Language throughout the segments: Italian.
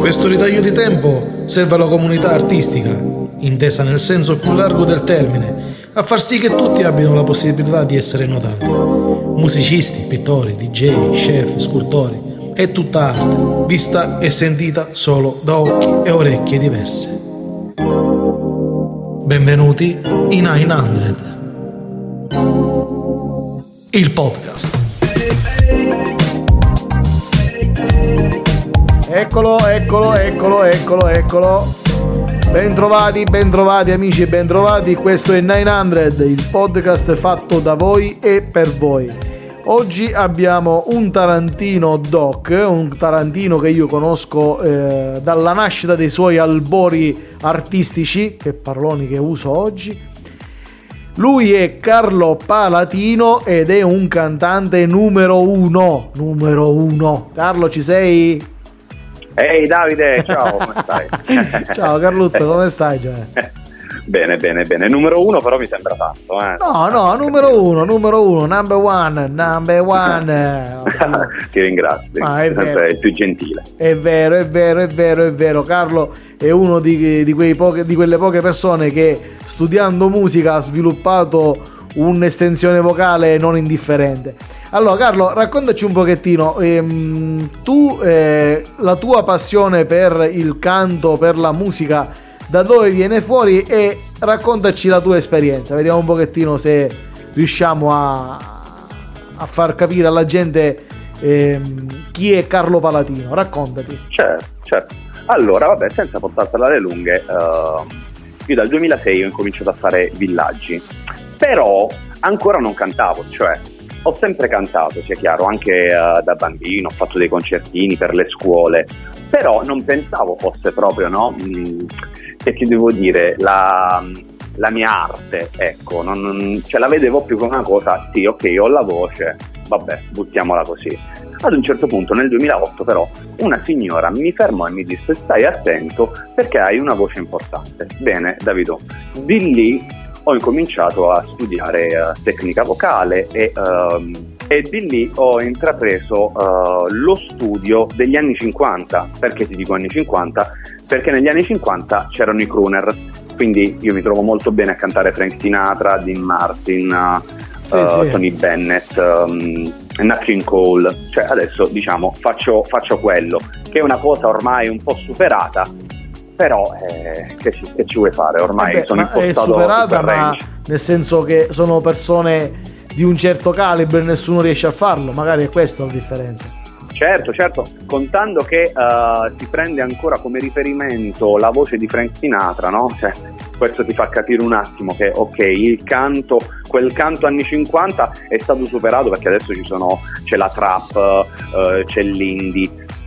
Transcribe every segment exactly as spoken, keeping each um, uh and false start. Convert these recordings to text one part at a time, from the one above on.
Questo ritaglio di tempo serve alla comunità artistica, intesa nel senso più largo del termine, a far sì che tutti abbiano la possibilità di essere notati. Musicisti, pittori, D J, chef, scultori, è tutta arte, vista e sentita solo da occhi e orecchie diverse. Benvenuti in novecento, il podcast. Eccolo, eccolo, eccolo, eccolo, eccolo. Bentrovati, bentrovati amici e bentrovati. Questo è novecento, il podcast fatto da voi e per voi. Oggi abbiamo un Tarantino doc, un Tarantino che io conosco eh, dalla nascita dei suoi albori artistici, che paroloni che uso oggi. Lui è Carlo Palatino ed è un cantante numero uno, numero uno. Carlo, ci sei? Ehi Davide, ciao, come stai? Ciao Carluzzo, come stai? Cioè? Bene, bene, bene. Numero uno però mi sembra tanto. Eh? No, no, numero uno, numero uno, number one, number one. Ti ringrazio, ah, è sempre il più gentile. È vero, è vero, è vero, è vero. Carlo è uno di, di, quei poche, di quelle poche persone che studiando musica ha sviluppato un'estensione vocale non indifferente. Allora Carlo, raccontaci un pochettino, ehm, tu eh, la tua passione per il canto, per la musica, da dove viene fuori, e raccontaci la tua esperienza. Vediamo un pochettino se riusciamo a, a far capire alla gente ehm, chi è Carlo Palatino. Raccontati. Certo, certo. Allora, vabbè, senza portartela alle lunghe, uh, io dal duemilasei ho incominciato a fare villaggi, però ancora non cantavo, cioè ho sempre cantato, sia chiaro, anche uh, da bambino, ho fatto dei concertini per le scuole, però non pensavo fosse proprio, no, mh, che ti devo dire, la, la mia arte, ecco, non, non, cioè la vedevo più come una cosa, sì, ok, ho la voce, vabbè, buttiamola così. Ad un certo punto, nel duemilaotto però, una signora mi fermò e mi disse: stai attento perché hai una voce importante. Bene, Davido, di lì ho incominciato a studiare uh, tecnica vocale e, uh, e di lì ho intrapreso uh, lo studio degli anni cinquanta. Perché ti dico anni cinquanta? Perché negli anni cinquanta c'erano i crooner, quindi io mi trovo molto bene a cantare Frank Sinatra, Dean Martin, uh, sì, uh, sì. Tony Bennett, um, Nat King Cole. Cioè adesso diciamo faccio, faccio quello, che è una cosa ormai un po' superata, però eh, che, ci, che ci vuoi fare, ormai Vabbè, sono impostato. È superata, ma nel senso che sono persone di un certo calibro e nessuno riesce a farlo, magari è questa la differenza. Certo, certo, contando che uh, si prende ancora come riferimento la voce di Frank Sinatra, no? Cioè, questo ti fa capire un attimo che ok, il canto, quel canto anni cinquanta è stato superato, perché adesso ci sono, c'è la trap, uh, c'è l'indie,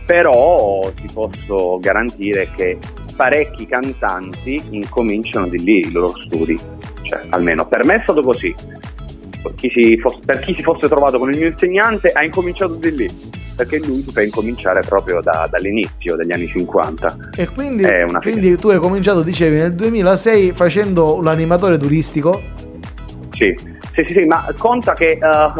però ti posso garantire che parecchi cantanti incominciano di lì i loro studi, cioè almeno per me è stato così. Chi si fosse, per chi si fosse trovato con il mio insegnante ha incominciato di lì, perché lui ti fa incominciare proprio da, dall'inizio degli anni cinquanta. E quindi, quindi tu hai cominciato, dicevi, nel duemilasei facendo l'animatore turistico? Sì, sì, sì, sì, ma conta che uh,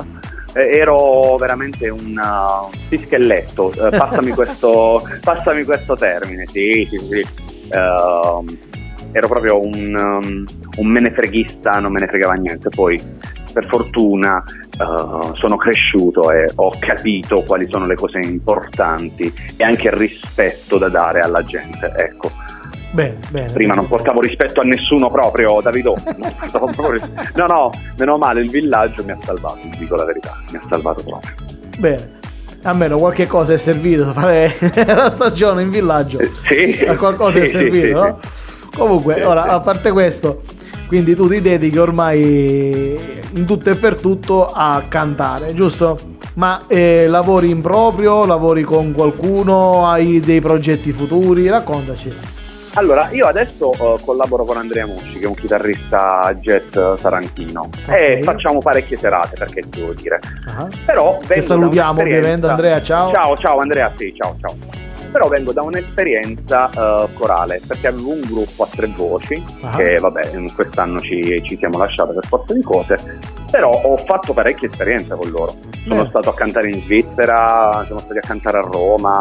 ero veramente un uh, pischelletto, uh, passami questo passami questo termine, sì, sì, sì. Uh, ero proprio un, um, un menefreghista, non me ne fregava niente. Poi per fortuna uh, sono cresciuto e ho capito quali sono le cose importanti e anche il rispetto da dare alla gente, ecco. Bene, bene, prima bene. Non portavo rispetto a nessuno proprio, Davido. No, no, meno male, il villaggio mi ha salvato, ti dico la verità, mi ha salvato proprio. Bene, almeno qualche cosa è servito, fare la stagione in villaggio. Eh, sì. A qualcosa sì, è servito, sì, no? Sì. Comunque, sì, ora, sì. A parte questo, quindi tu ti dedichi ormai in tutto e per tutto a cantare, giusto? Ma eh, lavori in proprio, lavori con qualcuno, hai dei progetti futuri? Raccontaci. Allora, io adesso uh, collaboro con Andrea Musci, che è un chitarrista jazz tarantino, okay. E facciamo parecchie serate, perché ti devo dire. Uh-huh. Però Ti salutiamo ovviamente, Andrea, ciao. Ciao, ciao Andrea, sì, ciao, ciao. Però vengo da un'esperienza uh, corale, perché avevo un gruppo a tre voci, uh-huh. Che vabbè, quest'anno ci, ci siamo lasciati per forza di cose, però ho fatto parecchie esperienze con loro. Sono eh. stato a cantare in Svizzera, siamo stati a cantare a Roma,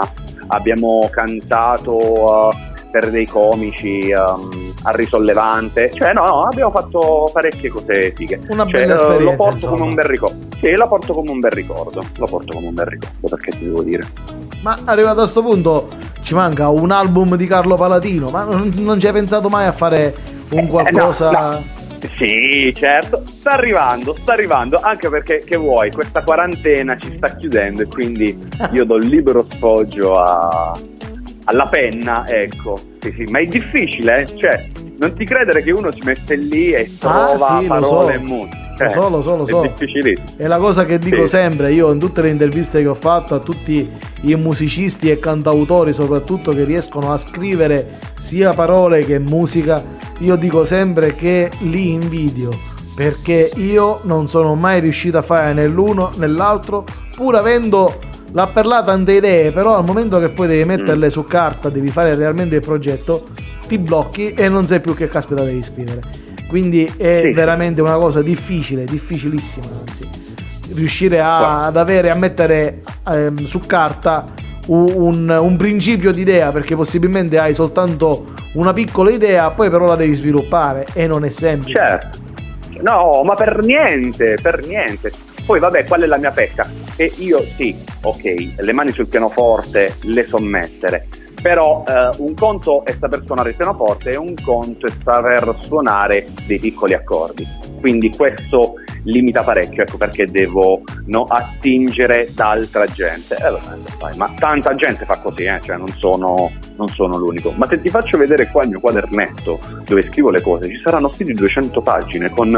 abbiamo cantato uh, per dei comici um, al Risollevante, cioè no, no, abbiamo fatto parecchie cose fighe. Una cioè, bella uh, esperienza, lo porto insomma. come un bel ricordo. Sì, la porto come un bel ricordo, lo porto come un bel ricordo, perché ti devo dire. Ma arrivato a sto punto ci manca un album di Carlo Paladino, ma non, non ci hai pensato mai a fare un qualcosa? Eh, no, no. Sì, certo, sta arrivando, sta arrivando, anche perché, che vuoi, questa quarantena ci sta chiudendo e quindi io do libero sfoggio a, alla penna, ecco. Sì, sì, ma è difficile, eh? Cioè, non ti credere che uno si mette lì e trova ah, sì, parole e so. musica. Lo so, lo so, lo so. È difficilissimo. È la cosa che dico sì. sempre, io in tutte le interviste che ho fatto a tutti i musicisti e cantautori soprattutto che riescono a scrivere sia parole che musica, io dico sempre che li invidio, perché io non sono mai riuscito a fare né l'uno né l'altro, pur avendo là per là tante idee, però al momento che poi devi metterle mm. su carta, devi fare realmente il progetto, ti blocchi e non sai più che caspita devi scrivere. Quindi è sì. veramente una cosa difficile, difficilissima, anzi, riuscire a, ad avere, a mettere ehm, su carta un, un, un principio di idea, perché possibilmente hai soltanto una piccola idea, poi però la devi sviluppare e non è semplice. Certo, no, ma per niente, per niente. Poi vabbè, qual è la mia pecca? Che io sì, ok, le mani sul pianoforte le so mettere, però eh, un conto è saper suonare il pianoforte e un conto è saper suonare dei piccoli accordi, quindi questo limita parecchio, ecco perché devo no, attingere da altra gente. Eh, vabbè, ma tanta gente fa così, eh? Cioè non sono, non sono l'unico. Ma se ti faccio vedere qua il mio quadernetto dove scrivo le cose, ci saranno più di duecento pagine con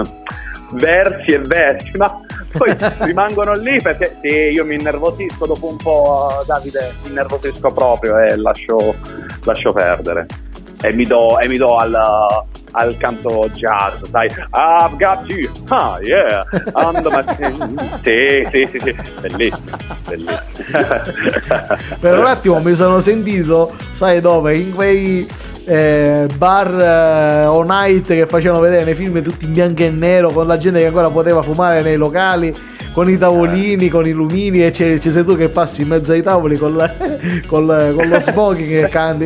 versi e versi, ma poi rimangono lì perché sì, io mi innervosisco dopo un po', Davide, mi innervosisco proprio e lascio, lascio perdere e mi do, e mi do al, al canto jazz, sai, I've got you, ah yeah, I'm the machine. Sì, sì, sì, sì, bellissimo, bellissimo. Per un attimo mi sono sentito, sai dove, in quei Eh, bar eh, o night che facevano vedere nei film tutti in bianco e nero, con la gente che ancora poteva fumare nei locali, con i tavolini, con i lumini, e c'è, c'è sei tu che passi in mezzo ai tavoli con, la, con, la, con lo smoking e canti.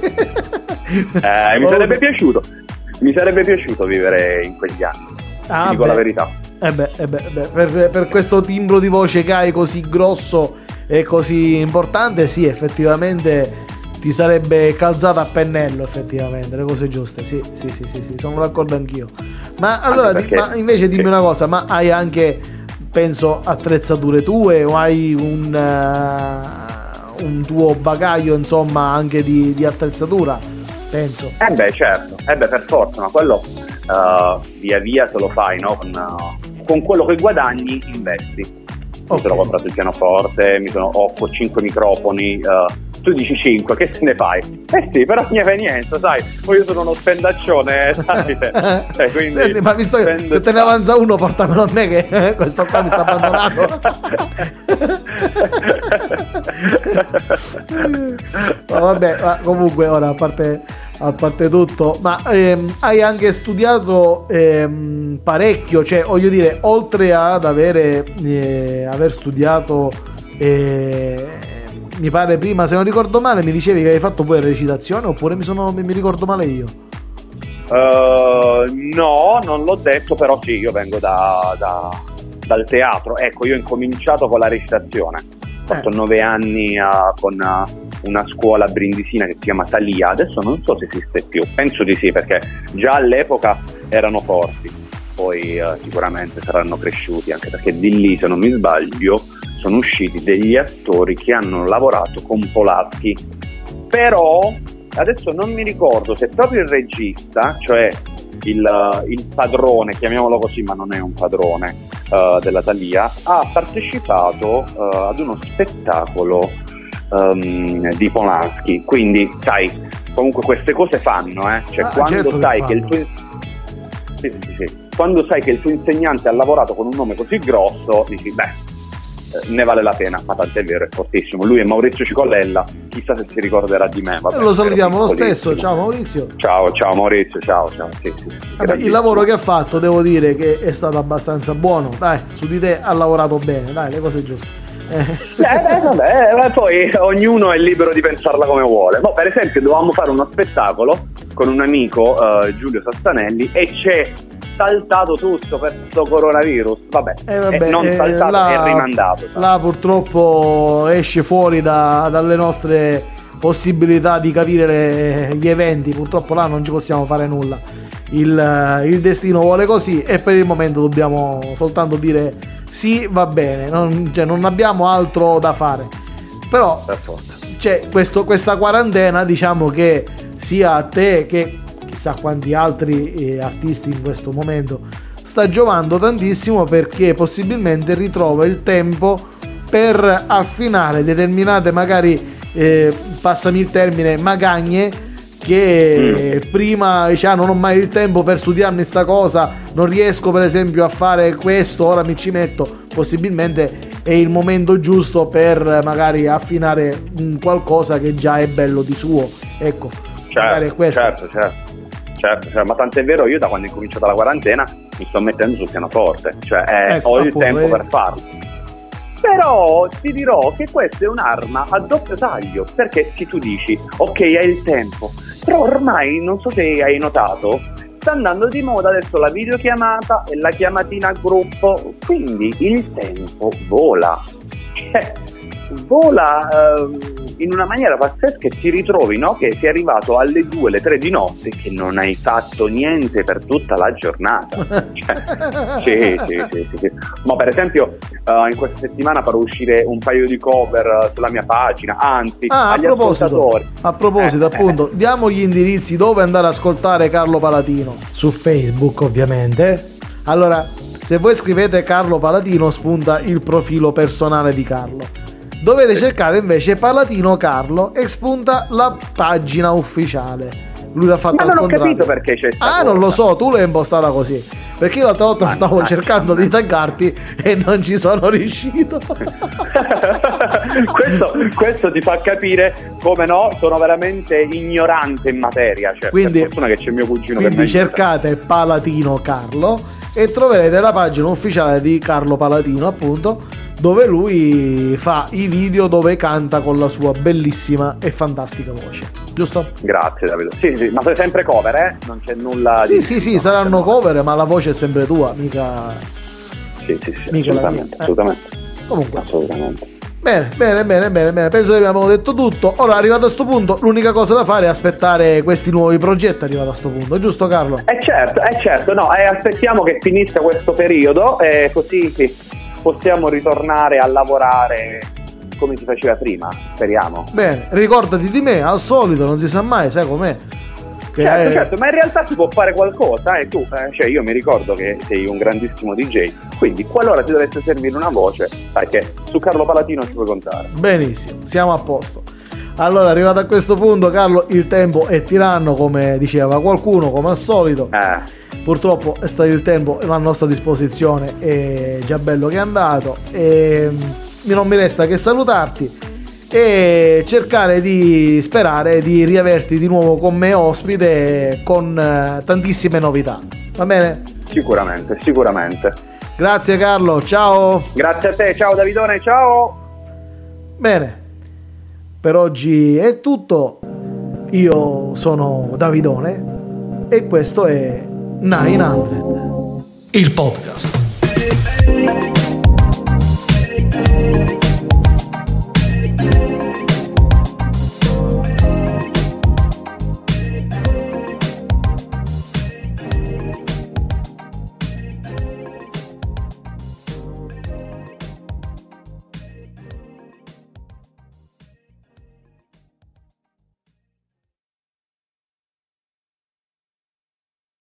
Eh, mi sarebbe piaciuto, mi sarebbe piaciuto vivere in quegli anni, ah, dico beh. la verità. Eh beh, eh beh, beh. Per, per questo timbro di voce che hai così grosso e così importante, sì, effettivamente ti sarebbe calzata a pennello, effettivamente, le cose giuste, sì, sì, sì, sì, sì, sono d'accordo anch'io. Ma allora, perché... di, ma invece dimmi una cosa, ma hai anche, penso, attrezzature tue o hai un, uh, un tuo bagaglio, insomma, anche di, di attrezzatura, penso? Eh beh, certo, eh beh, per forza, ma quello uh, via via te lo fai, no? Con, uh, con quello che guadagni investi. Mi okay. sono comprato il pianoforte, mi sono, ho cinque microfoni, uh, tu dici cinque, che se ne fai? Eh sì, però non ne niente, sai, poi io sono uno spendaccione, sai, eh, quindi senti, ma visto che se te ne avanza uno portamelo a me che eh, questo qua mi sta abbandonando. No, vabbè, ma comunque ora a parte, a parte tutto, ma ehm, hai anche studiato ehm, parecchio, cioè voglio dire, oltre ad avere eh, aver studiato eh, mi pare prima, se non ricordo male, mi dicevi che hai fatto poi recitazione, oppure mi, sono, mi ricordo male io? Uh, no, non l'ho detto, però sì, io vengo da, da, dal teatro. Ecco, io ho incominciato con la recitazione. Ho fatto eh. nove anni uh, con uh, una scuola brindisina che si chiama Thalia. Adesso non so se esiste più, penso di sì, perché già all'epoca erano forti. Poi uh, sicuramente saranno cresciuti, anche perché di lì, se non mi sbaglio, sono usciti degli attori che hanno lavorato con Polanski, però adesso non mi ricordo se proprio il regista, cioè il, il padrone, chiamiamolo così, ma non è un padrone uh, della Thalia, ha partecipato uh, ad uno spettacolo um, di Polanski, quindi sai, comunque queste cose fanno, eh? Cioè ah, quando certo sai che, che il tuo sì, sì, sì. quando sai che il tuo insegnante ha lavorato con un nome così grosso, dici beh, ne vale la pena, ma tant'è vero, è fortissimo. Lui è Maurizio Cicolella, chissà se si ricorderà di me. Vabbè, lo salutiamo lo stesso, ciao Maurizio. Ciao, ciao Maurizio, ciao, ciao. Sì, sì, vabbè, il lavoro che ha fatto devo dire che è stato abbastanza buono, dai, su di te ha lavorato bene, dai, le cose giuste. Eh, eh, vabbè, poi ognuno è libero di pensarla come vuole. No, per esempio dovevamo fare uno spettacolo con un amico, uh, Giulio Sassanelli, e c'è saltato tutto per questo coronavirus. Vabbè, eh, vabbè eh, non saltato, eh, là, è rimandato. Là purtroppo esce fuori da, dalle nostre possibilità di capire le, gli eventi. Purtroppo là non ci possiamo fare nulla. Il, il destino vuole così e per il momento dobbiamo soltanto dire sì, va bene, non, cioè, non abbiamo altro da fare. Però c'è questo, questa quarantena, diciamo che sia a te che chissà quanti altri eh, artisti in questo momento sta giovando tantissimo, perché possibilmente ritrova il tempo per affinare determinate, magari eh, passami il termine, magagne che mm. prima dice ah, non ho mai il tempo per studiarmi sta cosa, non riesco per esempio a fare questo, ora mi ci metto. Possibilmente è il momento giusto per magari affinare un qualcosa che già è bello di suo, ecco. Certo, è questo. certo, certo, certo, certo, ma tant'è vero, io da quando è cominciata la quarantena mi sto mettendo sul pianoforte, cioè eh, ecco, ho il appunto, tempo eh. per farlo. Però ti dirò che questa è un'arma a doppio taglio, perché se tu dici ok, hai il tempo, però ormai non so se hai notato, sta andando di moda adesso la videochiamata e la chiamatina a gruppo, quindi il tempo vola, cioè vola eh, in una maniera pazzesca, e ti ritrovi, no, che sei arrivato alle due, alle tre di notte che non hai fatto niente per tutta la giornata. Cioè, sì, sì, sì, sì, sì. Ma per esempio uh, in questa settimana farò uscire un paio di cover uh, sulla mia pagina, anzi ah, agli a proposito, ascoltatori. A proposito, eh, appunto, eh. diamo gli indirizzi dove andare ad ascoltare Carlo Palatino. Su Facebook, ovviamente. Allora, se voi scrivete Carlo Palatino, spunta il profilo personale di Carlo. Dovete cercare invece Palatino Carlo e spunta la pagina ufficiale. Lui l'ha fatto. Ma non ho capito perché c'è Ah, cosa. Non lo so, tu l'hai impostata così. Perché io l'altra volta ah, stavo ah, cercando ah, di taggarti e non ci sono riuscito. questo, questo ti fa capire come no, sono veramente ignorante in materia. Cioè, quindi, per fortuna che c'è mio cugino quindi che mi cercate Palatino Carlo e troverete la pagina ufficiale di Carlo Palatino, appunto, dove lui fa i video dove canta con la sua bellissima e fantastica voce, giusto? Grazie Davide. Sì, sì, ma sei sempre cover, eh? Non c'è nulla sì, di... Sì, sì, sì, saranno cover, ma la voce è sempre tua, mica... Sì, sì, sì, mica assolutamente, assolutamente. Eh. Comunque. Assolutamente. Bene, bene, bene, bene, bene. Penso che abbiamo detto tutto. Ora, arrivato a sto punto, l'unica cosa da fare è aspettare questi nuovi progetti arrivato a sto punto, giusto Carlo? Eh certo, eh certo, no, eh, aspettiamo che finisca questo periodo e così sì, possiamo ritornare a lavorare come si faceva prima, speriamo. Bene, ricordati di me, al solito, non si sa mai, sai com'è. Che certo, è... certo, ma in realtà si può fare qualcosa, eh, tu, eh, cioè io mi ricordo che sei un grandissimo D J, quindi qualora ti dovesse servire una voce, sai che su Carlo Palatino ci puoi contare. Benissimo, siamo a posto. Allora, arrivato a questo punto, Carlo, il tempo è tiranno, come diceva qualcuno, come al solito. Eh. Purtroppo è stato il tempo a nostra disposizione, è già bello che è andato, e non mi resta che salutarti e cercare di sperare di riaverti di nuovo con me ospite con eh, tantissime novità, va bene? Sicuramente, sicuramente. Grazie Carlo, ciao. Grazie a te, ciao Davidone, ciao. Bene, per oggi è tutto. Io sono Davidone e questo è novecento, il podcast.